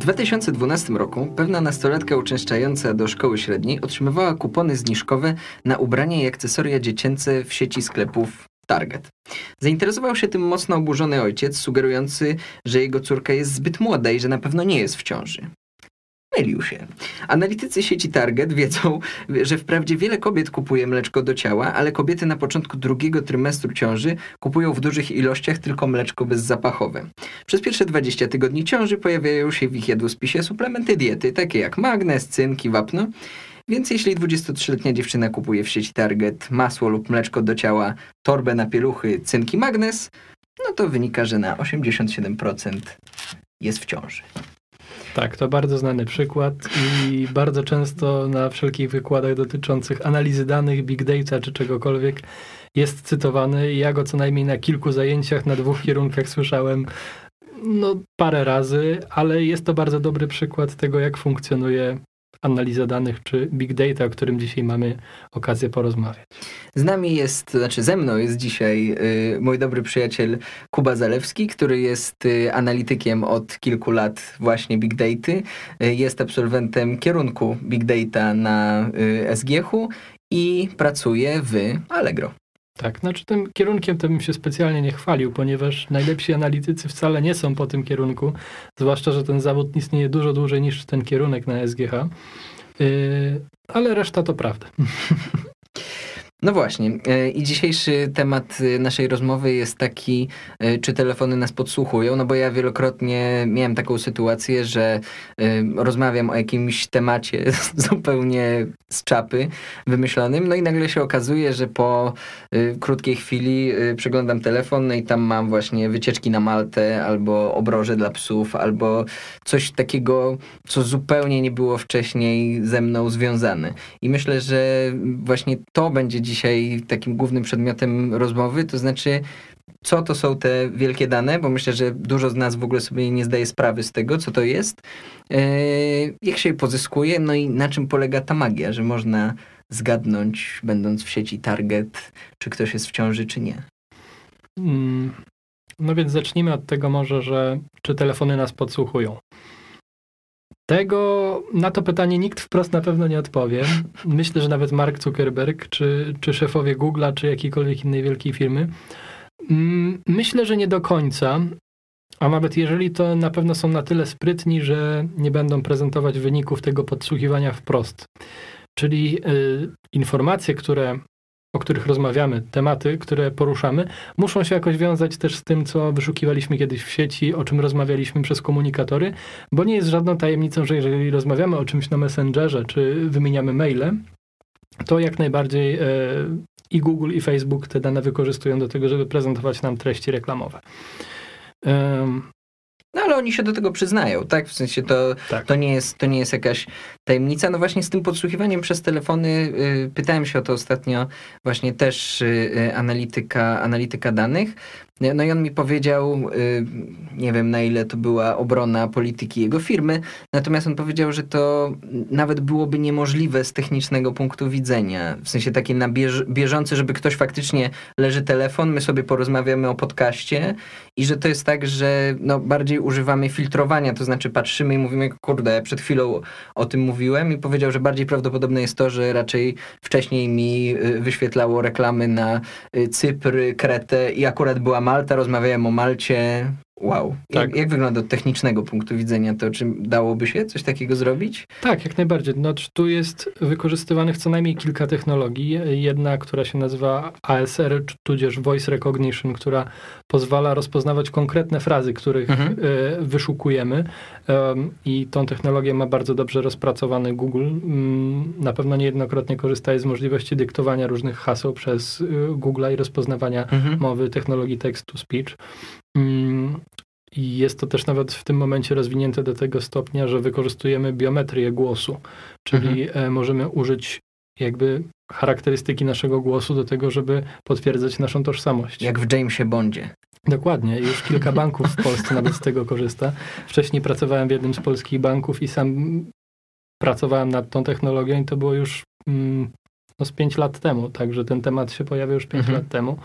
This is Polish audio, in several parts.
2012 roku pewna nastolatka uczęszczająca do szkoły średniej otrzymywała kupony zniżkowe na ubrania i akcesoria dziecięce w sieci sklepów Target. Zainteresował się tym mocno oburzony ojciec, sugerujący, że jego córka jest zbyt młoda i że na pewno nie jest w ciąży. Mylił się. Analitycy sieci Target wiedzą, że wprawdzie wiele kobiet kupuje mleczko do ciała, ale kobiety na początku drugiego trymestru ciąży kupują w dużych ilościach tylko mleczko bezzapachowe. Przez pierwsze 20 tygodni ciąży pojawiają się w ich jadłospisie suplementy diety, takie jak magnez, cynk i wapno. Więc jeśli 23-letnia dziewczyna kupuje w sieci Target masło lub mleczko do ciała, torbę na pieluchy, cynk i magnez, no to wynika, że na 87% jest w ciąży. Tak, to bardzo znany przykład i bardzo często na wszelkich wykładach dotyczących analizy danych, big data czy czegokolwiek jest cytowany. Ja go co najmniej na kilku zajęciach, na 2 kierunkach słyszałem parę razy, ale jest to bardzo dobry przykład tego, jak funkcjonuje analiza danych czy big data, o którym dzisiaj mamy okazję porozmawiać. Ze mną jest dzisiaj mój dobry przyjaciel Kuba Zalewski, który jest analitykiem od kilku lat właśnie big data. Jest absolwentem kierunku big data na SGH-u i pracuje w Allegro. Tak, tym kierunkiem to bym się specjalnie nie chwalił, ponieważ najlepsi analitycy wcale nie są po tym kierunku, zwłaszcza, że ten zawód istnieje dużo dłużej niż ten kierunek na SGH, ale reszta to prawda. No właśnie. I dzisiejszy temat naszej rozmowy jest taki, czy telefony nas podsłuchują, no bo ja wielokrotnie miałem taką sytuację, że rozmawiam o jakimś temacie zupełnie z czapy wymyślonym, no i nagle się okazuje, że po krótkiej chwili przeglądam telefon, no i tam mam właśnie wycieczki na Maltę, albo obroże dla psów, albo coś takiego, co zupełnie nie było wcześniej ze mną związane. I myślę, że właśnie to będzie dzisiaj takim głównym przedmiotem rozmowy, to znaczy, co to są te wielkie dane, bo myślę, że dużo z nas w ogóle sobie nie zdaje sprawy z tego, co to jest, jak się je pozyskuje, no i na czym polega ta magia, że można zgadnąć, będąc w sieci Target, czy ktoś jest w ciąży, czy nie. No więc zacznijmy od tego może, że czy telefony nas podsłuchują. Na to pytanie nikt wprost na pewno nie odpowie. Myślę, że nawet Mark Zuckerberg, czy szefowie Google'a, czy jakiejkolwiek innej wielkiej firmy. Myślę, że nie do końca, a nawet jeżeli, to na pewno są na tyle sprytni, że nie będą prezentować wyników tego podsłuchiwania wprost. Czyli informacje, o których rozmawiamy, tematy, które poruszamy, muszą się jakoś wiązać też z tym, co wyszukiwaliśmy kiedyś w sieci, o czym rozmawialiśmy przez komunikatory, bo nie jest żadną tajemnicą, że jeżeli rozmawiamy o czymś na Messengerze, czy wymieniamy maile, to jak najbardziej i Google, i Facebook te dane wykorzystują do tego, żeby prezentować nam treści reklamowe. No ale oni się do tego przyznają, tak? W sensie to nie jest jakaś tajemnica. No właśnie z tym podsłuchiwaniem przez telefony pytałem się o to ostatnio właśnie też analityka danych. No i on mi powiedział, nie wiem na ile to była obrona polityki jego firmy, natomiast on powiedział, że to nawet byłoby niemożliwe z technicznego punktu widzenia. W sensie takie na bieżące, żeby ktoś faktycznie leży telefon, my sobie porozmawiamy o podcaście i że to jest tak, że bardziej używamy filtrowania, to znaczy patrzymy i mówimy, kurde, przed chwilą o tym mówiłem i powiedział, że bardziej prawdopodobne jest to, że raczej wcześniej mi wyświetlało reklamy na Cypr, Kretę i akurat była Malta, rozmawiałem o Malcie. Wow. Tak. Jak wygląda od technicznego punktu widzenia to? Czy dałoby się coś takiego zrobić? Tak, jak najbardziej. Tu jest wykorzystywanych co najmniej kilka technologii. Jedna, która się nazywa ASR, tudzież Voice Recognition, która pozwala rozpoznawać konkretne frazy, których wyszukujemy. I tą technologię ma bardzo dobrze rozpracowany Google. Na pewno niejednokrotnie korzystaje z możliwości dyktowania różnych haseł przez Google'a i rozpoznawania mowy, technologii text-to-speech. I jest to też nawet w tym momencie rozwinięte do tego stopnia, że wykorzystujemy biometrię głosu, czyli możemy użyć jakby charakterystyki naszego głosu do tego, żeby potwierdzać naszą tożsamość. Jak w Jamesie Bondzie. Dokładnie. Już kilka banków w Polsce nawet z tego korzysta. Wcześniej pracowałem w jednym z polskich banków i sam pracowałem nad tą technologią i to było już z 5 lat temu, także ten temat się pojawił już 5 lat temu.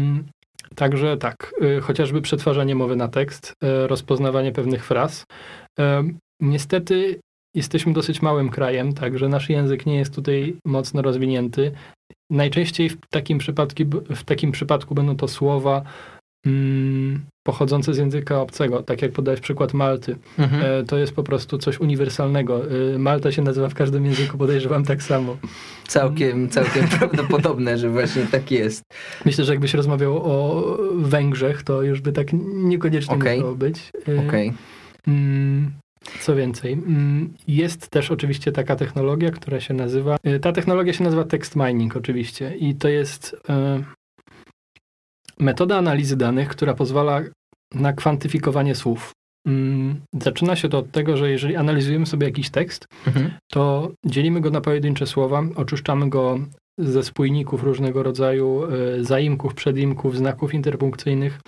Także tak, chociażby przetwarzanie mowy na tekst, rozpoznawanie pewnych fraz, Niestety jesteśmy dosyć małym krajem, także nasz język nie jest tutaj mocno rozwinięty. Najczęściej w takim przypadku będą to słowa pochodzące z języka obcego, tak jak podałeś przykład Malty. To jest po prostu coś uniwersalnego. Malta się nazywa w każdym języku, podejrzewam tak samo. Całkiem prawdopodobne, że właśnie tak jest. Myślę, że jakbyś rozmawiał o Węgrzech, to już by tak niekoniecznie musiało być. Co więcej, jest też oczywiście taka technologia, która się nazywa... Ta technologia się nazywa text mining oczywiście i to jest metoda analizy danych, która pozwala na kwantyfikowanie słów. Zaczyna się to od tego, że jeżeli analizujemy sobie jakiś tekst, to dzielimy go na pojedyncze słowa, oczyszczamy go ze spójników różnego rodzaju, zaimków, przedimków, znaków interpunkcyjnych.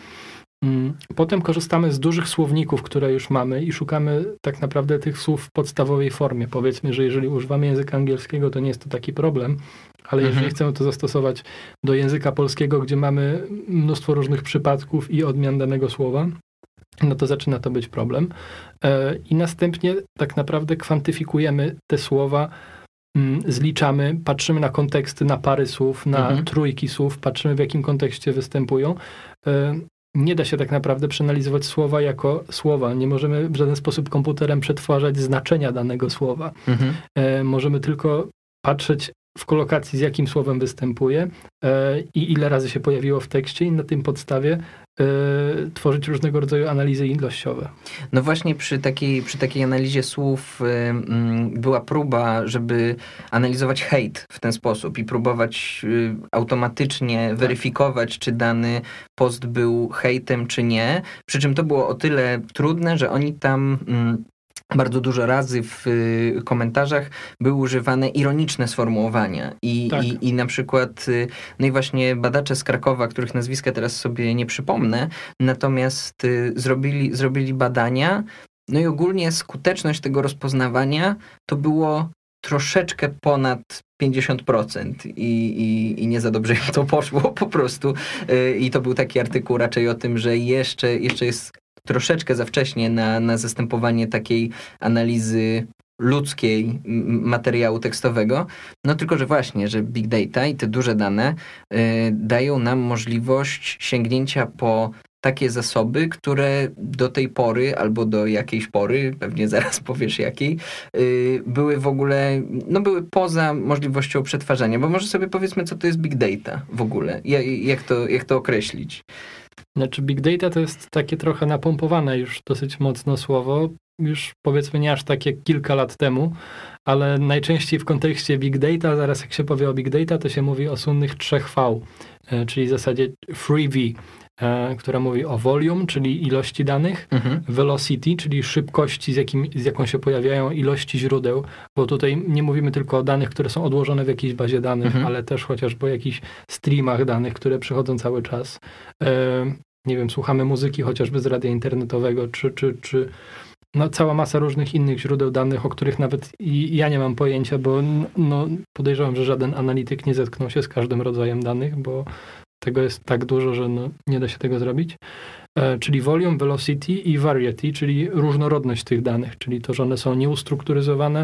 Potem korzystamy z dużych słowników, które już mamy i szukamy tak naprawdę tych słów w podstawowej formie. Powiedzmy, że jeżeli używamy języka angielskiego, to nie jest to taki problem, ale jeżeli chcemy to zastosować do języka polskiego, gdzie mamy mnóstwo różnych przypadków i odmian danego słowa, no to zaczyna to być problem. I następnie tak naprawdę kwantyfikujemy te słowa, zliczamy, patrzymy na konteksty, na pary słów, na trójki słów, patrzymy w jakim kontekście występują. Nie da się tak naprawdę przeanalizować słowa jako słowa. Nie możemy w żaden sposób komputerem przetwarzać znaczenia danego słowa. Możemy tylko patrzeć w kolokacji, z jakim słowem występuje i ile razy się pojawiło w tekście i na tym podstawie tworzyć różnego rodzaju analizy ilościowe. No właśnie przy takiej analizie słów była próba, żeby analizować hejt w ten sposób i próbować automatycznie weryfikować, czy dany post był hejtem, czy nie. Przy czym to było o tyle trudne, że oni tam... bardzo dużo razy w komentarzach były używane ironiczne sformułowania i na przykład, no i właśnie badacze z Krakowa, których nazwiska teraz sobie nie przypomnę, natomiast zrobili badania, no i ogólnie skuteczność tego rozpoznawania to było troszeczkę ponad 50% i nie za dobrze im to poszło po prostu i to był taki artykuł raczej o tym, że jeszcze jest troszeczkę za wcześnie na zastępowanie takiej analizy ludzkiej materiału tekstowego. No tylko, że właśnie, że big data i te duże dane dają nam możliwość sięgnięcia po takie zasoby, które do tej pory, albo do jakiejś pory, pewnie zaraz powiesz jakiej, były w ogóle, no były poza możliwością przetwarzania. Bo może sobie powiedzmy, co to jest big data w ogóle. Jak to określić? Znaczy big data to jest takie trochę napompowane już dosyć mocno słowo, już powiedzmy nie aż tak jak kilka lat temu, ale najczęściej w kontekście big data, zaraz jak się powie o big data, to się mówi o słynnych 3V, czyli w zasadzie 3V, która mówi o volume, czyli ilości danych, velocity, czyli szybkości, z jaką się pojawiają, ilości źródeł, bo tutaj nie mówimy tylko o danych, które są odłożone w jakiejś bazie danych, ale też chociażby o jakichś streamach danych, które przychodzą cały czas. Nie wiem, słuchamy muzyki chociażby z radia internetowego, czy no, cała masa różnych innych źródeł danych, o których nawet ja nie mam pojęcia, bo no, podejrzewam, że żaden analityk nie zetknął się z każdym rodzajem danych, bo tego jest tak dużo, że no, nie da się tego zrobić. Czyli volume, velocity i variety, czyli różnorodność tych danych, czyli to, że one są nieustrukturyzowane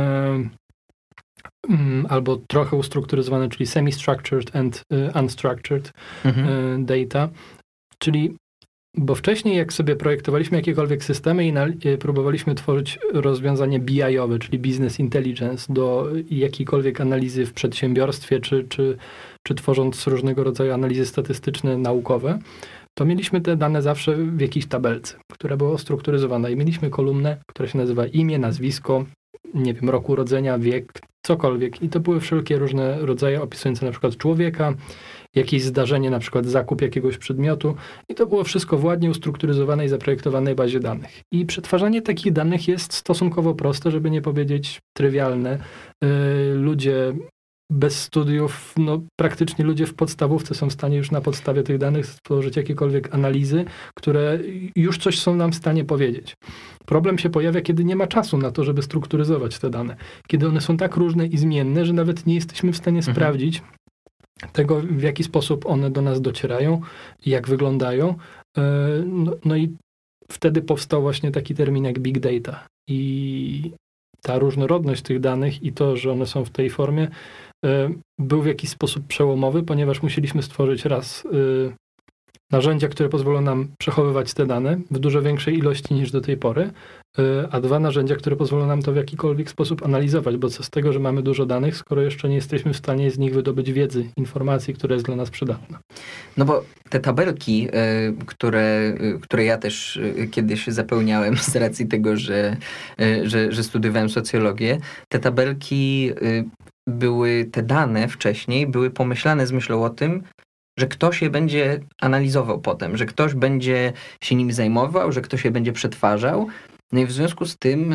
albo trochę ustrukturyzowane, czyli semi-structured and unstructured data. Czyli, bo wcześniej jak sobie projektowaliśmy jakiekolwiek systemy i próbowaliśmy tworzyć rozwiązanie BI-owe, czyli Business Intelligence do jakiejkolwiek analizy w przedsiębiorstwie, czy tworząc różnego rodzaju analizy statystyczne, naukowe, to mieliśmy te dane zawsze w jakiejś tabelce, która była ustrukturyzowana i mieliśmy kolumnę, która się nazywa imię, nazwisko, nie wiem, rok urodzenia, wiek, cokolwiek. I to były wszelkie różne rodzaje opisujące na przykład człowieka, jakieś zdarzenie, na przykład zakup jakiegoś przedmiotu i to było wszystko w ładnie ustrukturyzowanej, zaprojektowanej bazie danych. I przetwarzanie takich danych jest stosunkowo proste, żeby nie powiedzieć trywialne. Ludzie bez studiów, no praktycznie ludzie w podstawówce są w stanie już na podstawie tych danych stworzyć jakiekolwiek analizy, które już coś są nam w stanie powiedzieć. Problem się pojawia, kiedy nie ma czasu na to, żeby strukturyzować te dane. Kiedy one są tak różne i zmienne, że nawet nie jesteśmy w stanie sprawdzić tego, w jaki sposób one do nas docierają, jak wyglądają. No i wtedy powstał właśnie taki termin jak big data. I ta różnorodność tych danych i to, że one są w tej formie, był w jakiś sposób przełomowy, ponieważ musieliśmy stworzyć raz narzędzia, które pozwolą nam przechowywać te dane w dużo większej ilości niż do tej pory, a dwa narzędzia, które pozwolą nam to w jakikolwiek sposób analizować, bo co z tego, że mamy dużo danych, skoro jeszcze nie jesteśmy w stanie z nich wydobyć wiedzy, informacji, która jest dla nas przydatna. No bo te tabelki, które ja też kiedyś zapełniałem z racji tego, że studiowałem socjologię, te tabelki te dane wcześniej były pomyślane z myślą o tym, że ktoś je będzie analizował potem, że ktoś będzie się nimi zajmował, że ktoś je będzie przetwarzał. No i w związku z tym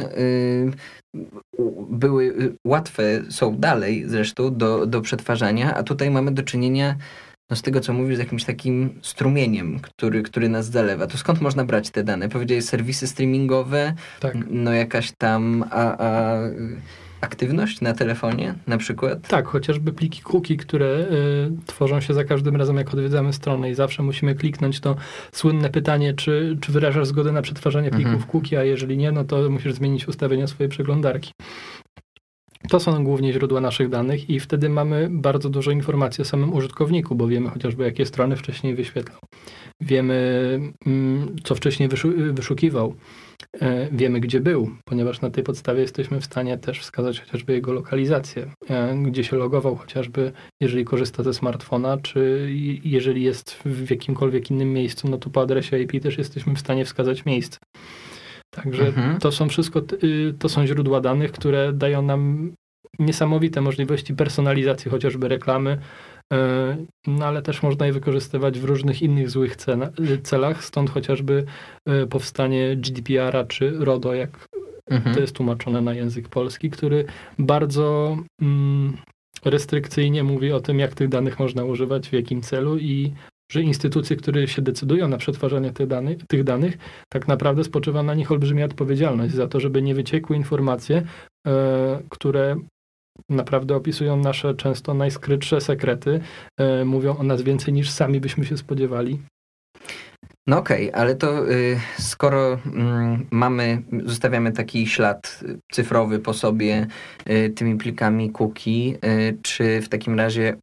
łatwe są dalej zresztą do przetwarzania, a tutaj mamy do czynienia z tego, co mówisz, z jakimś takim strumieniem, który nas zalewa. To skąd można brać te dane? Powiedziałeś serwisy streamingowe, tak. No jakaś tam aktywność na telefonie na przykład? Tak, chociażby pliki cookie, które tworzą się za każdym razem, jak odwiedzamy stronę i zawsze musimy kliknąć to słynne pytanie, czy wyrażasz zgodę na przetwarzanie plików cookie, a jeżeli nie, no to musisz zmienić ustawienia swojej przeglądarki. To są głównie źródła naszych danych i wtedy mamy bardzo dużo informacji o samym użytkowniku, bo wiemy chociażby, jakie strony wcześniej wyświetlał. Wiemy, co wcześniej wyszukiwał. Wiemy, gdzie był, ponieważ na tej podstawie jesteśmy w stanie też wskazać chociażby jego lokalizację, gdzie się logował chociażby, jeżeli korzysta ze smartfona, czy jeżeli jest w jakimkolwiek innym miejscu, no to po adresie IP też jesteśmy w stanie wskazać miejsce. Także to są źródła danych, które dają nam niesamowite możliwości personalizacji chociażby reklamy, no ale też można je wykorzystywać w różnych innych złych celach, stąd chociażby powstanie GDPR-a czy RODO, jak to jest tłumaczone na język polski, który bardzo restrykcyjnie mówi o tym, jak tych danych można używać, w jakim celu i że instytucje, które się decydują na przetwarzanie tych danych, tak naprawdę spoczywa na nich olbrzymia odpowiedzialność za to, żeby nie wyciekły informacje, które naprawdę opisują nasze często najskrytsze sekrety, mówią o nas więcej niż sami byśmy się spodziewali. No okej, ale to skoro zostawiamy taki ślad cyfrowy po sobie tymi plikami cookie, czy w takim razie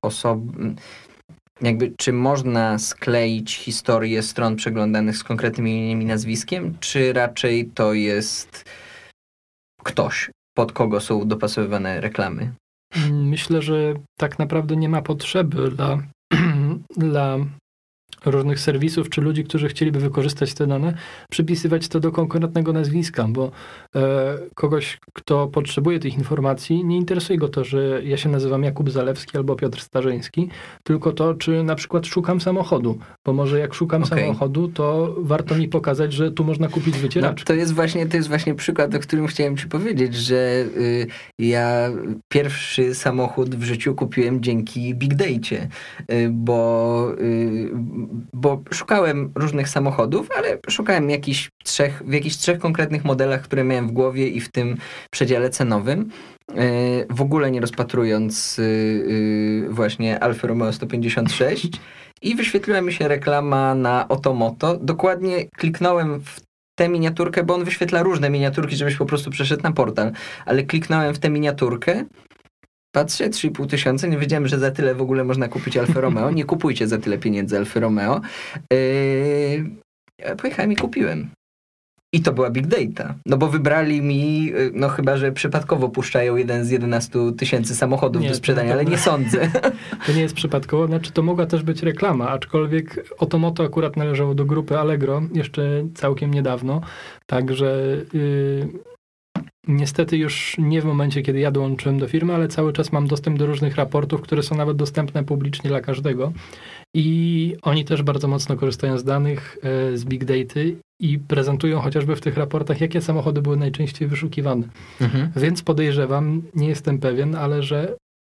czy można skleić historię stron przeglądanych z konkretnym imieniem i nazwiskiem, czy raczej to jest ktoś, pod kogo są dopasowywane reklamy? Myślę, że tak naprawdę nie ma potrzeby dla różnych serwisów, czy ludzi, którzy chcieliby wykorzystać te dane, przypisywać to do konkretnego nazwiska, bo kogoś, kto potrzebuje tych informacji, nie interesuje go to, że ja się nazywam Jakub Zalewski albo Piotr Starzyński, tylko to, czy na przykład szukam samochodu, bo może jak szukam samochodu, to warto mi pokazać, że tu można kupić wycieraczkę. No, to jest właśnie przykład, o którym chciałem ci powiedzieć, że ja pierwszy samochód w życiu kupiłem dzięki Big Dacie, bo szukałem różnych samochodów, ale szukałem w jakichś trzech konkretnych modelach, które miałem w głowie i w tym przedziale cenowym. W ogóle nie rozpatrując właśnie Alfa Romeo 156 i wyświetliła mi się reklama na Otomoto. Dokładnie kliknąłem w tę miniaturkę, bo on wyświetla różne miniaturki, żebyś po prostu przeszedł na portal, ale kliknąłem w tę miniaturkę. Patrzę, 3,5 tysiąca, nie wiedziałem, że za tyle w ogóle można kupić Alfa Romeo. Nie kupujcie za tyle pieniędzy Alfa Romeo. Pojechałem i kupiłem. I to była Big Data. No bo wybrali mi, no chyba, że przypadkowo puszczają jeden z 11 tysięcy samochodów do sprzedania, ale nie sądzę. To nie jest przypadkowo, znaczy to mogła też być reklama, aczkolwiek Otomoto akurat należało do grupy Allegro jeszcze całkiem niedawno, także niestety już nie w momencie, kiedy ja dołączyłem do firmy, ale cały czas mam dostęp do różnych raportów, które są nawet dostępne publicznie dla każdego i oni też bardzo mocno korzystają z danych z Big Data i prezentują chociażby w tych raportach, jakie samochody były najczęściej wyszukiwane. Więc podejrzewam, nie jestem pewien, ale że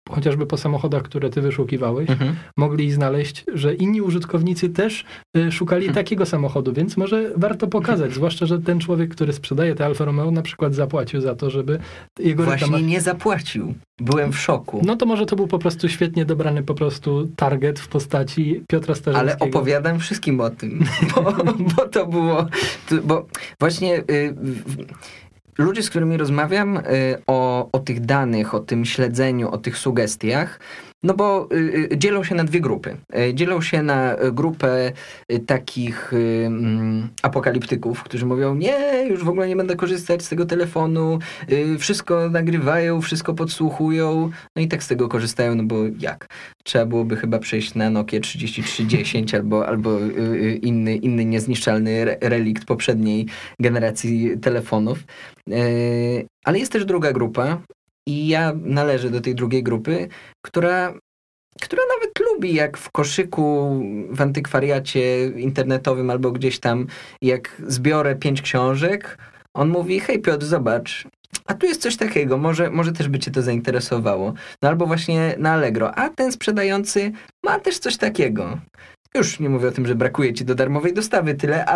chociażby po samochodach, które ty wyszukiwałeś, mogli znaleźć, że inni użytkownicy też szukali takiego samochodu, więc może warto pokazać, zwłaszcza, że ten człowiek, który sprzedaje te Alfa Romeo, na przykład zapłacił za to, żeby jego Właśnie nie zapłacił. Byłem w szoku. No to może to był po prostu świetnie dobrany po prostu target w postaci Piotra Starzewskiego. Ale opowiadam wszystkim o tym, bo to było... Bo właśnie... Ludzie, z którymi rozmawiam o tych danych, o tym śledzeniu, o tych sugestiach, no bo dzielą się na dwie grupy. Dzielą się na grupę takich apokaliptyków, którzy mówią, nie, już w ogóle nie będę korzystać z tego telefonu, wszystko nagrywają, wszystko podsłuchują, no i tak z tego korzystają, no bo jak? Trzeba byłoby chyba przejść na Nokia 3310 albo inny niezniszczalny relikt poprzedniej generacji telefonów. Ale jest też druga grupa i ja należę do tej drugiej grupy, która nawet lubi, jak w koszyku w antykwariacie internetowym albo gdzieś tam, jak zbiorę 5 książek, on mówi, hej Piotr, zobacz, a tu jest coś takiego, może też by cię to zainteresowało. No albo właśnie na Allegro, a ten sprzedający ma też coś takiego. Już nie mówię o tym, że brakuje ci do darmowej dostawy tyle,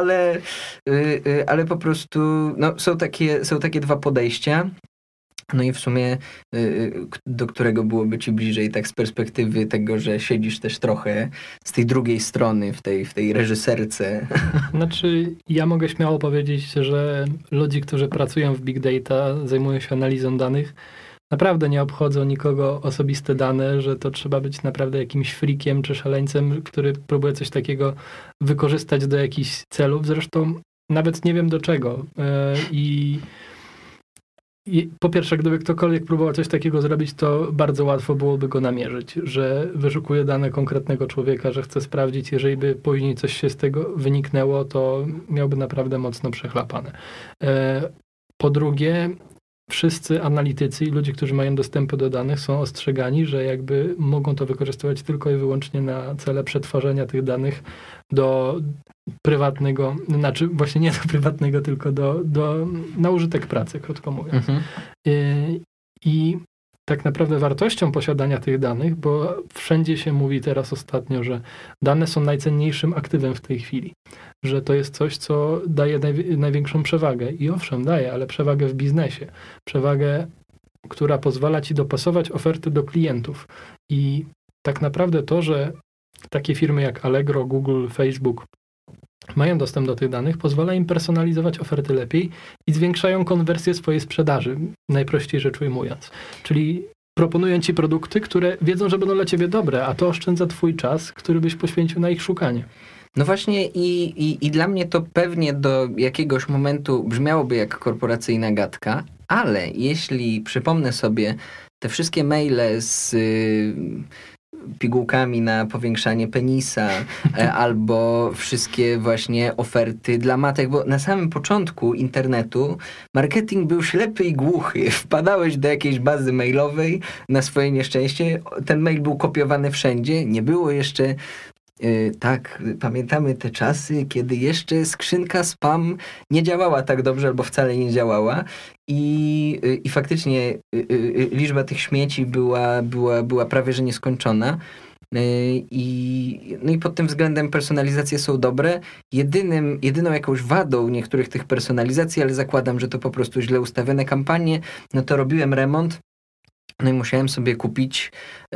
ale po prostu no, są takie dwa podejścia. No i w sumie do którego byłoby ci bliżej tak z perspektywy tego, że siedzisz też trochę z tej drugiej strony, w tej reżyserce. Znaczy, ja mogę śmiało powiedzieć, że ludzie, którzy pracują w Big Data, zajmują się analizą danych, naprawdę nie obchodzą nikogo osobiste dane, że to trzeba być naprawdę jakimś freakiem czy szaleńcem, który próbuje coś takiego wykorzystać do jakichś celów. Zresztą nawet nie wiem do czego. I po pierwsze, gdyby ktokolwiek próbował coś takiego zrobić, to bardzo łatwo byłoby go namierzyć, że wyszukuje dane konkretnego człowieka, że chce sprawdzić, jeżeli by później coś się z tego wyniknęło, to miałby naprawdę mocno przechlapane. Po drugie, wszyscy analitycy i ludzie, którzy mają dostępu do danych, są ostrzegani, że jakby mogą to wykorzystywać tylko i wyłącznie na cele przetwarzania tych danych do prywatnego, znaczy właśnie nie do prywatnego, tylko na użytek pracy, krótko mówiąc. I tak naprawdę wartością posiadania tych danych, bo wszędzie się mówi teraz ostatnio, że dane są najcenniejszym aktywem w tej chwili, że to jest coś, co daje największą przewagę. I owszem, daje, ale przewagę w biznesie. Przewagę, która pozwala ci dopasować oferty do klientów. I tak naprawdę to, że takie firmy jak Allegro, Google, Facebook mają dostęp do tych danych, pozwala im personalizować oferty lepiej i zwiększają konwersję swojej sprzedaży, najprościej rzecz ujmując. Czyli proponują ci produkty, które wiedzą, że będą dla ciebie dobre, a to oszczędza twój czas, który byś poświęcił na ich szukanie. No właśnie i dla mnie to pewnie do jakiegoś momentu brzmiałoby jak korporacyjna gadka, ale jeśli przypomnę sobie te wszystkie maile z pigułkami na powiększanie penisa, albo wszystkie właśnie oferty dla matek, bo na samym początku internetu marketing był ślepy i głuchy. Wpadałeś do jakiejś bazy mailowej na swoje nieszczęście, ten mail był kopiowany wszędzie, nie było jeszcze tak, pamiętamy te czasy, kiedy jeszcze skrzynka spam nie działała tak dobrze, albo wcale nie działała i faktycznie liczba tych śmieci była prawie że nieskończona. No i pod tym względem personalizacje są dobre. Jedyną jakąś wadą niektórych tych personalizacji, ale zakładam, że to po prostu źle ustawione kampanie, no to robiłem remont. No i musiałem sobie kupić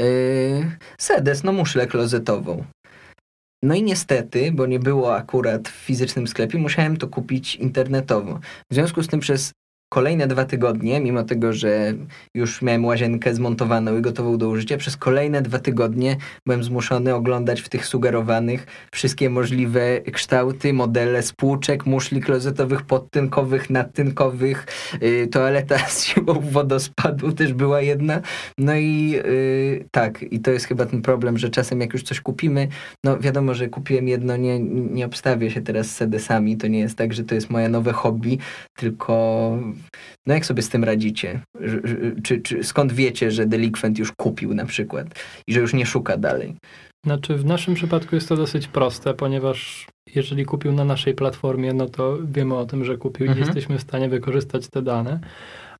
sedes, no muszlę klozetową. No i niestety, bo nie było akurat w fizycznym sklepie, musiałem to kupić internetowo. W związku z tym przez kolejne 2 tygodnie, mimo tego, że już miałem łazienkę zmontowaną i gotową do użycia, przez kolejne 2 tygodnie byłem zmuszony oglądać w tych sugerowanych wszystkie możliwe kształty, modele spłuczek, muszli klozetowych, podtynkowych, nadtynkowych, toaleta z siłą wodospadu też była jedna. No i tak, i to jest chyba ten problem, że czasem jak już coś kupimy, no wiadomo, że kupiłem jedno, nie obstawię się teraz sedesami, to nie jest tak, że to jest moje nowe hobby, tylko no jak sobie z tym radzicie? Czy skąd wiecie, że delikwent już kupił na przykład i że już nie szuka dalej? Znaczy w naszym przypadku jest to dosyć proste, ponieważ jeżeli kupił na naszej platformie, no to wiemy o tym, że kupił i jesteśmy w stanie wykorzystać te dane.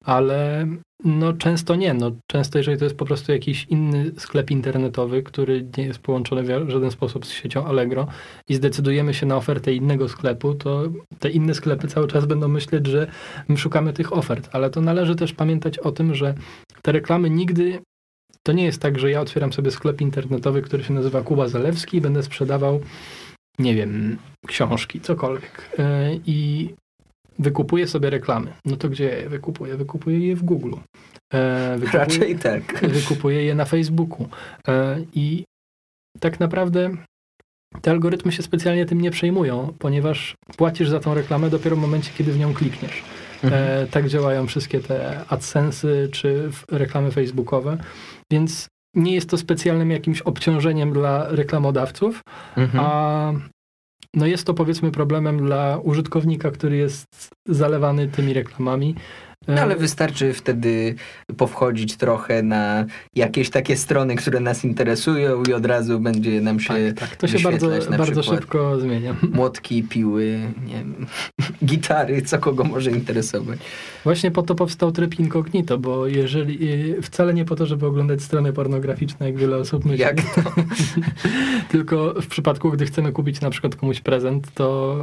ale no często nie. No, często jeżeli to jest po prostu jakiś inny sklep internetowy, który nie jest połączony w żaden sposób z siecią Allegro i zdecydujemy się na ofertę innego sklepu, to te inne sklepy cały czas będą myśleć, że my szukamy tych ofert, ale to należy też pamiętać o tym, że te reklamy nigdy... To nie jest tak, że ja otwieram sobie sklep internetowy, który się nazywa Kuba Zalewski i będę sprzedawał, nie wiem, książki, cokolwiek. I wykupuję sobie reklamy. No to gdzie ja je wykupuję? Wykupuję je w Google. Raczej tak. Wykupuję je na Facebooku. I tak naprawdę te algorytmy się specjalnie tym nie przejmują, ponieważ płacisz za tą reklamę dopiero w momencie, kiedy w nią klikniesz. Tak działają wszystkie te AdSense'y czy reklamy facebookowe, więc nie jest to specjalnym jakimś obciążeniem dla reklamodawców, a no jest to powiedzmy problemem dla użytkownika, który jest zalewany tymi reklamami. No ale wystarczy wtedy powchodzić trochę na jakieś takie strony, które nas interesują i od razu będzie nam się tak. To się bardzo szybko zmienia. Młotki, piły, nie wiem, gitary, co kogo może interesować. Właśnie po to powstał tryb incognito, bo jeżeli wcale nie po to, żeby oglądać strony pornograficzne, jak wiele osób myśli. Jak to? Tylko w przypadku, gdy chcemy kupić na przykład komuś prezent, to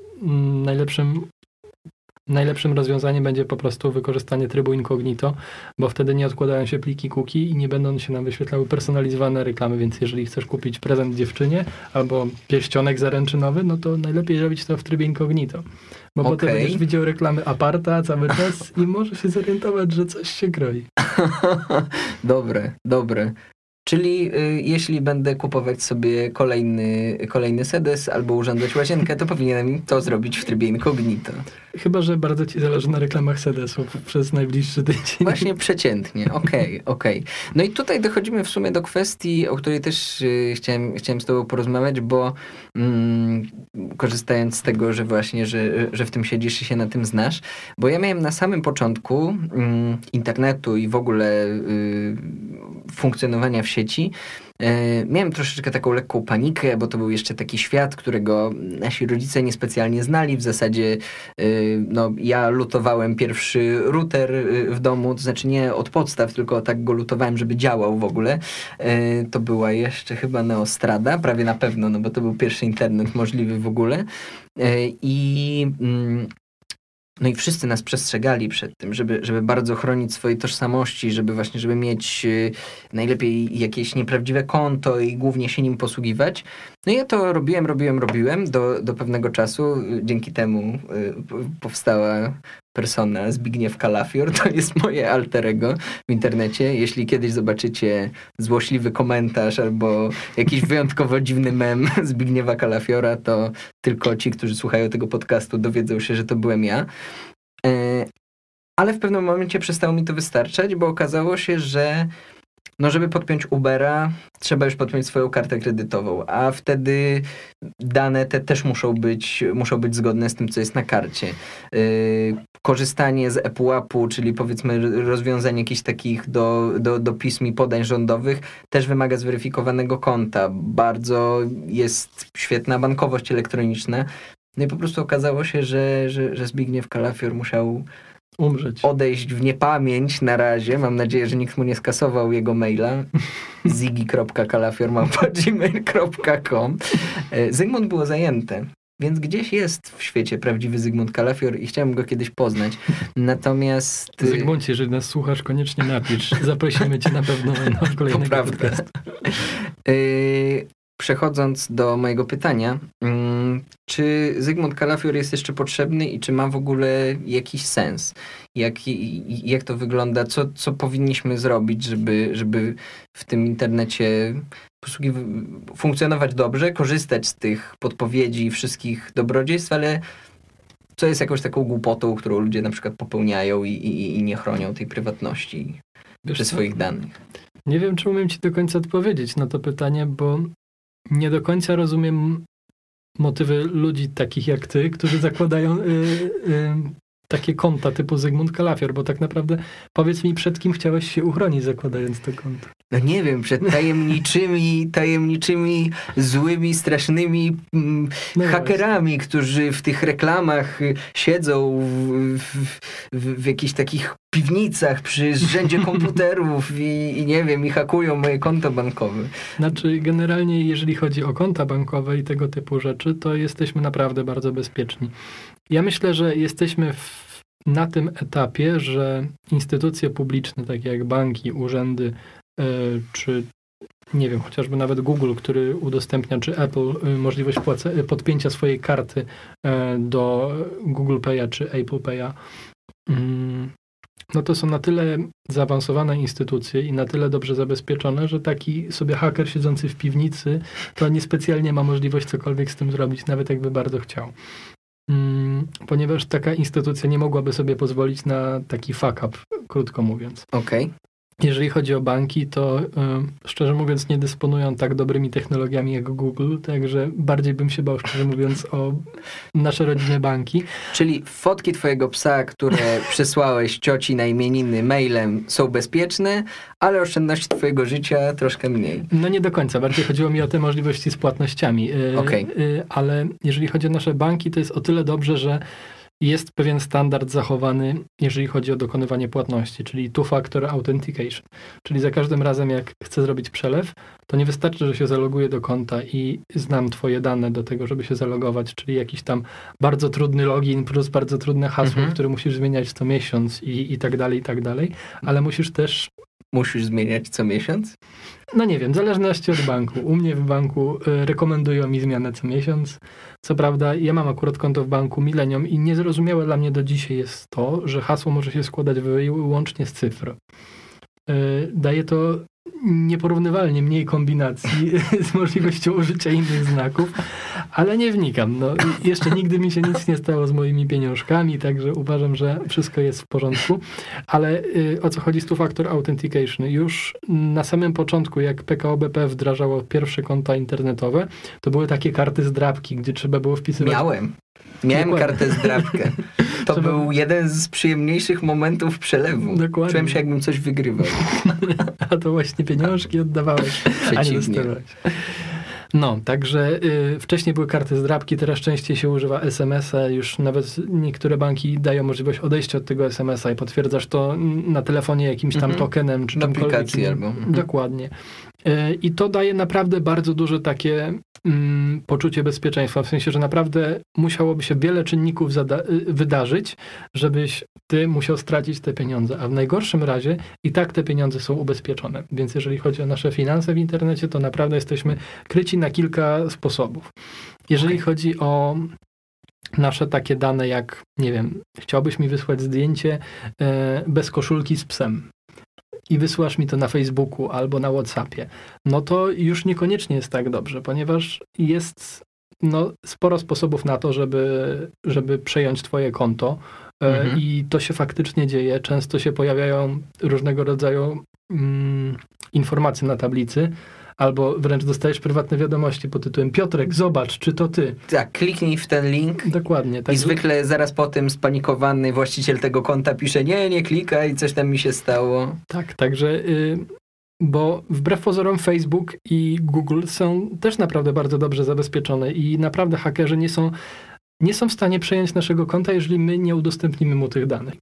najlepszym rozwiązaniem będzie po prostu wykorzystanie trybu incognito, bo wtedy nie odkładają się pliki cookie i nie będą się nam wyświetlały personalizowane reklamy, więc jeżeli chcesz kupić prezent dziewczynie albo pierścionek zaręczynowy, no to najlepiej zrobić to w trybie incognito, bo potem będziesz widział reklamy Aparta cały czas i może się zorientować, że coś się kroi. Dobre. Czyli jeśli będę kupować sobie kolejny sedes albo urządzać łazienkę, to powinienem to zrobić w trybie incognito. Chyba że bardzo ci zależy na reklamach sedesów przez najbliższy tydzień. Właśnie przeciętnie, okej. No i tutaj dochodzimy w sumie do kwestii, o której też chciałem z tobą porozmawiać, bo korzystając z tego, że właśnie, że w tym siedzisz i się na tym znasz, bo ja miałem na samym początku internetu i w ogóle funkcjonowania w sieci, miałem troszeczkę taką lekką panikę, bo to był jeszcze taki świat, którego nasi rodzice niespecjalnie znali. W zasadzie ja lutowałem pierwszy router w domu, to znaczy nie od podstaw, tylko tak go lutowałem, żeby działał w ogóle. To była jeszcze chyba Neostrada, prawie na pewno, no bo to był pierwszy internet możliwy w ogóle. No i wszyscy nas przestrzegali przed tym, żeby bardzo chronić swojej tożsamości, żeby mieć najlepiej jakieś nieprawdziwe konto i głównie się nim posługiwać. No i ja to robiłem do pewnego czasu. Dzięki temu powstała persona Zbigniew Kalafior. To jest moje alter ego w internecie. Jeśli kiedyś zobaczycie złośliwy komentarz albo jakiś wyjątkowo dziwny mem Zbigniewa Kalafiora, to tylko ci, którzy słuchają tego podcastu, dowiedzą się, że to byłem ja. Ale w pewnym momencie przestało mi to wystarczać, bo okazało się, że żeby podpiąć Ubera, trzeba już podpiąć swoją kartę kredytową, a wtedy dane te też muszą być zgodne z tym, co jest na karcie. Korzystanie z ePUAP-u, czyli powiedzmy rozwiązanie jakichś takich do pism i podań rządowych, też wymaga zweryfikowanego konta. Bardzo jest świetna bankowość elektroniczna. No i po prostu okazało się, że Zbigniew Kalafior musiał odejść w niepamięć na razie. Mam nadzieję, że nikt mu nie skasował jego maila. ziggy.kalafior@gmail.com. Zygmunt było zajęte, więc gdzieś jest w świecie prawdziwy Zygmunt Kalafior i chciałem go kiedyś poznać. Natomiast... Zygmuncie, jeżeli nas słuchasz, koniecznie napisz. Zaprosimy cię na pewno na kolejny podcast. Przechodząc do mojego pytania, czy Zygmunt Kalafior jest jeszcze potrzebny i czy ma w ogóle jakiś sens? Jak to wygląda? Co powinniśmy zrobić, żeby w tym internecie funkcjonować dobrze, korzystać z tych podpowiedzi i wszystkich dobrodziejstw, ale co jest jakąś taką głupotą, którą ludzie na przykład popełniają i nie chronią tej prywatności czy swoich danych? Nie wiem, czy umiem ci do końca odpowiedzieć na to pytanie, bo nie do końca rozumiem motywy ludzi takich jak ty, którzy zakładają takie konta typu Zygmunt Kalafior, bo tak naprawdę powiedz mi, przed kim chciałeś się uchronić, zakładając to konto. no nie wiem, przed tajemniczymi, złymi, strasznymi hakerami, którzy w tych reklamach siedzą w jakichś takich piwnicach przy rzędzie komputerów i nie wiem, i hakują moje konto bankowe. Znaczy, generalnie jeżeli chodzi o konta bankowe i tego typu rzeczy, to jesteśmy naprawdę bardzo bezpieczni. Ja myślę, że jesteśmy na tym etapie, że instytucje publiczne, takie jak banki, urzędy, czy nie wiem, chociażby nawet Google, który udostępnia, czy Apple, możliwość podpięcia swojej karty do Google Pay'a czy Apple Pay'a, no to są na tyle zaawansowane instytucje i na tyle dobrze zabezpieczone, że taki sobie haker siedzący w piwnicy to niespecjalnie ma możliwość cokolwiek z tym zrobić, nawet jakby bardzo chciał. Ponieważ taka instytucja nie mogłaby sobie pozwolić na taki fuck up, krótko mówiąc. Okej. Jeżeli chodzi o banki, to szczerze mówiąc nie dysponują tak dobrymi technologiami jak Google, także bardziej bym się bał, szczerze mówiąc, o nasze rodzinne banki. Czyli fotki twojego psa, które przesłałeś cioci na imieniny mailem, są bezpieczne, ale oszczędności twojego życia troszkę mniej. No nie do końca. Bardziej chodziło mi o te możliwości z płatnościami. Ale jeżeli chodzi o nasze banki, to jest o tyle dobrze, że jest pewien standard zachowany, jeżeli chodzi o dokonywanie płatności, czyli two-factor authentication. Czyli za każdym razem, jak chcę zrobić przelew, to nie wystarczy, że się zaloguję do konta i znam twoje dane do tego, żeby się zalogować, czyli jakiś tam bardzo trudny login plus bardzo trudne hasło, które musisz zmieniać co miesiąc i tak dalej, ale musisz też... Musisz zmieniać co miesiąc? No nie wiem, w zależności od banku. U mnie w banku rekomendują mi zmianę co miesiąc. Co prawda, ja mam akurat konto w banku Millennium i niezrozumiałe dla mnie do dzisiaj jest to, że hasło może się składać wyłącznie z cyfr. Daje to nieporównywalnie mniej kombinacji z możliwością użycia innych znaków, ale nie wnikam. No, jeszcze nigdy mi się nic nie stało z moimi pieniążkami, także uważam, że wszystko jest w porządku. Ale o co chodzi z two-factor authentication? Już na samym początku, jak PKO BP wdrażało pierwsze konta internetowe, to były takie karty zdrabki, gdzie trzeba było wpisywać... Miałem kartę zdrabkę. To był jeden z przyjemniejszych momentów przelewu. Dokładnie. Czułem się, jakbym coś wygrywał. A to właśnie pieniążki oddawałeś, a nie dostawałeś. No, także wcześniej były karty zdrabki, teraz częściej się używa SMS-a, już nawet niektóre banki dają możliwość odejścia od tego SMS-a i potwierdzasz to na telefonie jakimś tam tokenem, czy czymkolwiek. Dokładnie. I to daje naprawdę bardzo duże takie poczucie bezpieczeństwa, w sensie, że naprawdę musiałoby się wiele czynników wydarzyć, żebyś ty musiał stracić te pieniądze, a w najgorszym razie i tak te pieniądze są ubezpieczone. Więc jeżeli chodzi o nasze finanse w internecie, to naprawdę jesteśmy kryci na kilka sposobów. Jeżeli chodzi o nasze takie dane, jak, nie wiem, chciałbyś mi wysłać zdjęcie bez koszulki z psem i wysyłasz mi to na Facebooku albo na WhatsAppie, no to już niekoniecznie jest tak dobrze, ponieważ jest sporo sposobów na to, żeby przejąć twoje konto i to się faktycznie dzieje. Często się pojawiają różnego rodzaju informacje na tablicy, albo wręcz dostajesz prywatne wiadomości pod tytułem: Piotrek, zobacz, czy to ty. Tak, kliknij w ten link. Dokładnie. Tak. I zwykle zaraz po tym spanikowany właściciel tego konta pisze: nie klikaj, coś tam mi się stało. Tak, także bo wbrew pozorom Facebook i Google są też naprawdę bardzo dobrze zabezpieczone i naprawdę hakerzy nie są w stanie przejąć naszego konta, jeżeli my nie udostępnimy mu tych danych.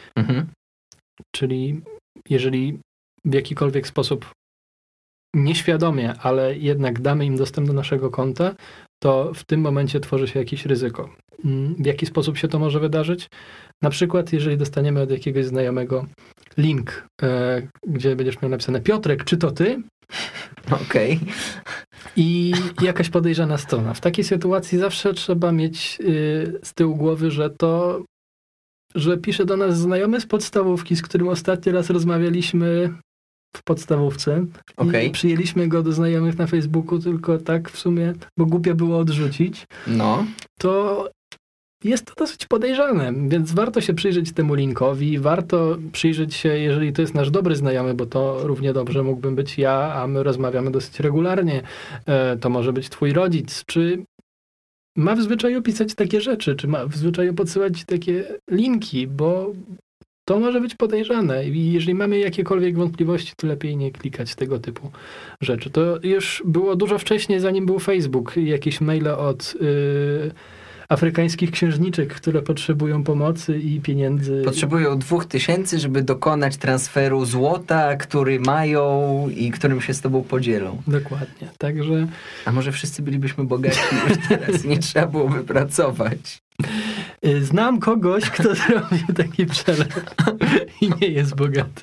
Czyli jeżeli w jakikolwiek sposób nieświadomie, ale jednak damy im dostęp do naszego konta, to w tym momencie tworzy się jakieś ryzyko. W jaki sposób się to może wydarzyć? Na przykład, jeżeli dostaniemy od jakiegoś znajomego link, gdzie będziesz miał napisane: Piotrek, czy to ty? Okej. I jakaś podejrzana strona. W takiej sytuacji zawsze trzeba mieć z tyłu głowy, że pisze do nas znajomy z podstawówki, z którym ostatni raz rozmawialiśmy w podstawówce. I przyjęliśmy go do znajomych na Facebooku, tylko tak w sumie, bo głupio było odrzucić. No. To jest to dosyć podejrzane, więc warto się przyjrzeć temu linkowi, warto przyjrzeć się, jeżeli to jest nasz dobry znajomy, bo to równie dobrze mógłbym być ja, a my rozmawiamy dosyć regularnie. To może być twój rodzic, czy ma w zwyczaju pisać takie rzeczy, czy ma w zwyczaju podsyłać takie linki, bo to może być podejrzane. I jeżeli mamy jakiekolwiek wątpliwości, to lepiej nie klikać tego typu rzeczy. To już było dużo wcześniej, zanim był Facebook, jakieś maile od afrykańskich księżniczek, które potrzebują pomocy i pieniędzy. Potrzebują 2000, żeby dokonać transferu złota, który mają i którym się z tobą podzielą. Dokładnie, także... A może wszyscy bylibyśmy bogaci już teraz, nie trzeba byłoby pracować. Znam kogoś, kto zrobił taki przelew i nie jest bogaty.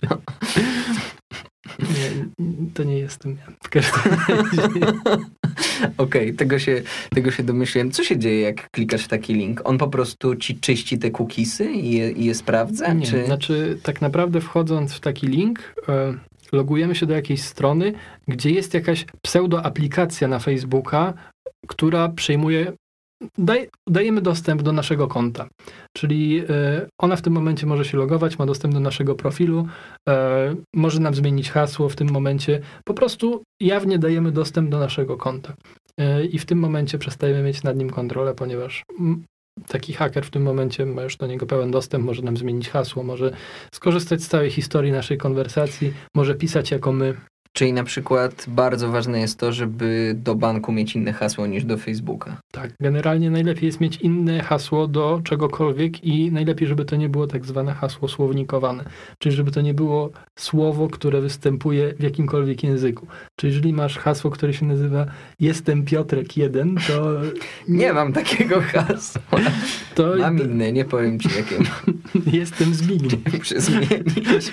Nie, to nie jestem ja. W każdym razie. Okej, tego się domyśliłem. Co się dzieje, jak klikasz w taki link? On po prostu ci czyści te cookiesy i je sprawdza? Nie, czy... znaczy tak naprawdę wchodząc w taki link, logujemy się do jakiejś strony, gdzie jest jakaś pseudo-aplikacja na Facebooka, która przejmuje dajemy dostęp do naszego konta. Czyli ona w tym momencie może się logować, ma dostęp do naszego profilu, może nam zmienić hasło w tym momencie. Po prostu jawnie dajemy dostęp do naszego konta. I w tym momencie przestajemy mieć nad nim kontrolę, ponieważ taki haker w tym momencie ma już do niego pełen dostęp, może nam zmienić hasło, może skorzystać z całej historii naszej konwersacji, może pisać jako my. Czyli na przykład bardzo ważne jest to, żeby do banku mieć inne hasło niż do Facebooka. Tak, generalnie najlepiej jest mieć inne hasło do czegokolwiek i najlepiej, żeby to nie było tak zwane hasło słownikowane. Czyli żeby to nie było słowo, które występuje w jakimkolwiek języku. Czyli jeżeli masz hasło, które się nazywa Jestem Piotrek 1, to... Nie mam takiego hasła. To... Mam inne, nie powiem ci jakie mam. Jestem Zbigniew. Muszę zmienić.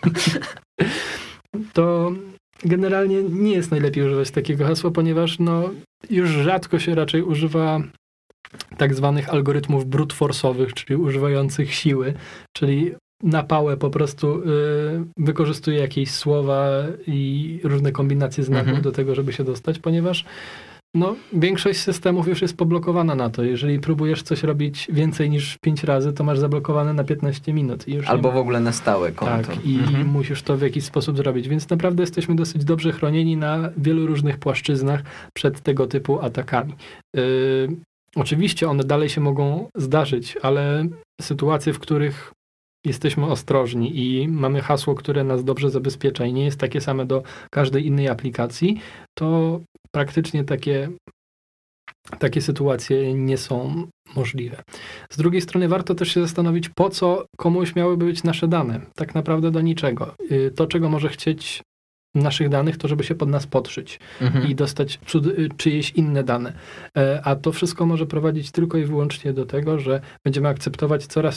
To... Generalnie nie jest najlepiej używać takiego hasła, ponieważ już rzadko się raczej używa tak zwanych algorytmów brute force'owych, czyli używających siły, czyli na pałę po prostu wykorzystuje jakieś słowa i różne kombinacje znaków do tego, żeby się dostać, ponieważ większość systemów już jest poblokowana na to. Jeżeli próbujesz coś robić więcej niż 5 razy, to masz zablokowane na 15 minut. I już albo w ogóle na stałe konto. Tak, i musisz to w jakiś sposób zrobić. Więc naprawdę jesteśmy dosyć dobrze chronieni na wielu różnych płaszczyznach przed tego typu atakami. Oczywiście one dalej się mogą zdarzyć, ale sytuacje, w których jesteśmy ostrożni i mamy hasło, które nas dobrze zabezpiecza i nie jest takie same do każdej innej aplikacji, to praktycznie takie sytuacje nie są możliwe. Z drugiej strony warto też się zastanowić, po co komuś miałyby być nasze dane. Tak naprawdę do niczego. To, czego może chcieć naszych danych, to żeby się pod nas podszyć i dostać czyjeś inne dane. A to wszystko może prowadzić tylko i wyłącznie do tego, że będziemy akceptować coraz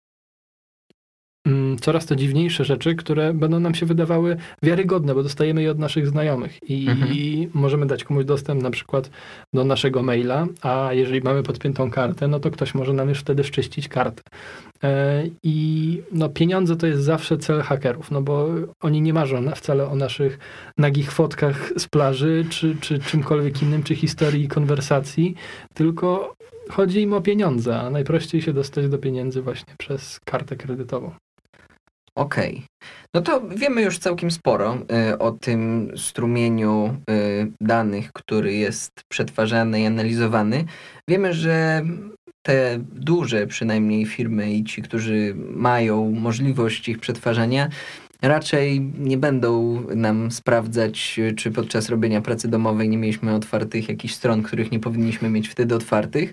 to dziwniejsze rzeczy, które będą nam się wydawały wiarygodne, bo dostajemy je od naszych znajomych i możemy dać komuś dostęp na przykład do naszego maila, a jeżeli mamy podpiętą kartę, to ktoś może nam już wtedy szczyścić kartę. I pieniądze to jest zawsze cel hakerów, bo oni nie marzą wcale o naszych nagich fotkach z plaży, czy czymkolwiek innym, czy historii konwersacji, tylko chodzi im o pieniądze, a najprościej się dostać do pieniędzy właśnie przez kartę kredytową. Okej. No to wiemy już całkiem sporo o tym strumieniu danych, który jest przetwarzany i analizowany. Wiemy, że te duże przynajmniej firmy i ci, którzy mają możliwość ich przetwarzania, raczej nie będą nam sprawdzać, czy podczas robienia pracy domowej nie mieliśmy otwartych jakichś stron, których nie powinniśmy mieć wtedy otwartych.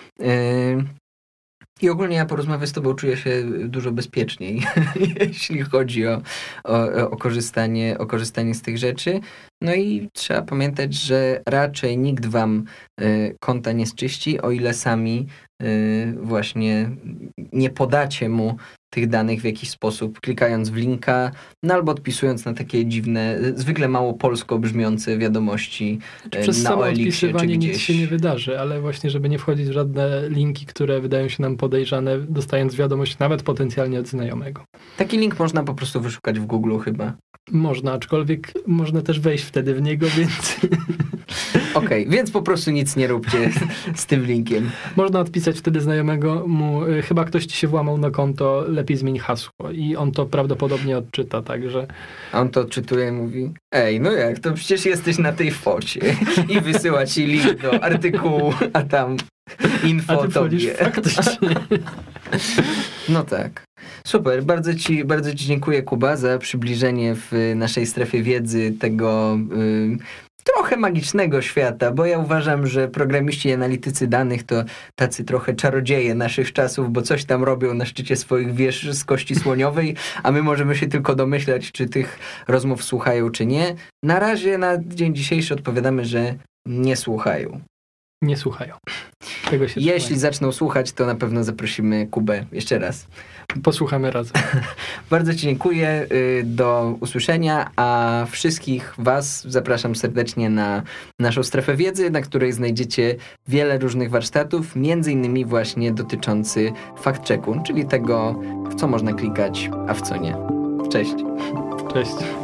I ogólnie ja po rozmowie z tobą czuję się dużo bezpieczniej, jeśli chodzi o korzystanie z tych rzeczy. No i trzeba pamiętać, że raczej nikt wam konta nie zczyści, o ile sami właśnie nie podacie mu tych danych w jakiś sposób, klikając w linka, albo odpisując na takie dziwne, zwykle mało polsko brzmiące wiadomości przez na OLX-ie odpisywanie czy gdzieś. Nic się nie wydarzy, ale właśnie, żeby nie wchodzić w żadne linki, które wydają się nam podejrzane, dostając wiadomość nawet potencjalnie od znajomego. Taki link można po prostu wyszukać w Google chyba. Można, aczkolwiek można też wejść wtedy w niego, więc... Okej, więc po prostu nic nie róbcie z tym linkiem. Można odpisać wtedy znajomego mu, chyba ktoś ci się włamał na konto, lepiej zmień hasło. I on to prawdopodobnie odczyta, także... A on to odczytuje i mówi, jak, to przecież jesteś na tej focie. I wysyła ci link do artykułu, a tam info o tobie. Faktycznie. No tak. Super, bardzo ci dziękuję, Kuba, za przybliżenie w naszej strefie wiedzy tego trochę magicznego świata, bo ja uważam, że programiści i analitycy danych to tacy trochę czarodzieje naszych czasów, bo coś tam robią na szczycie swoich wież z kości słoniowej, a my możemy się tylko domyślać, czy tych rozmów słuchają, czy nie. Na razie, na dzień dzisiejszy odpowiadamy, że nie słuchają. Nie słuchają. Tego się Jeśli trzymają. zaczną słuchać, to na pewno zaprosimy Kubę jeszcze raz. Posłuchamy razem. Bardzo ci dziękuję, do usłyszenia, a wszystkich was zapraszam serdecznie na naszą strefę wiedzy, na której znajdziecie wiele różnych warsztatów, między innymi właśnie dotyczący fact-checku, czyli tego, w co można klikać, a w co nie. Cześć. Cześć.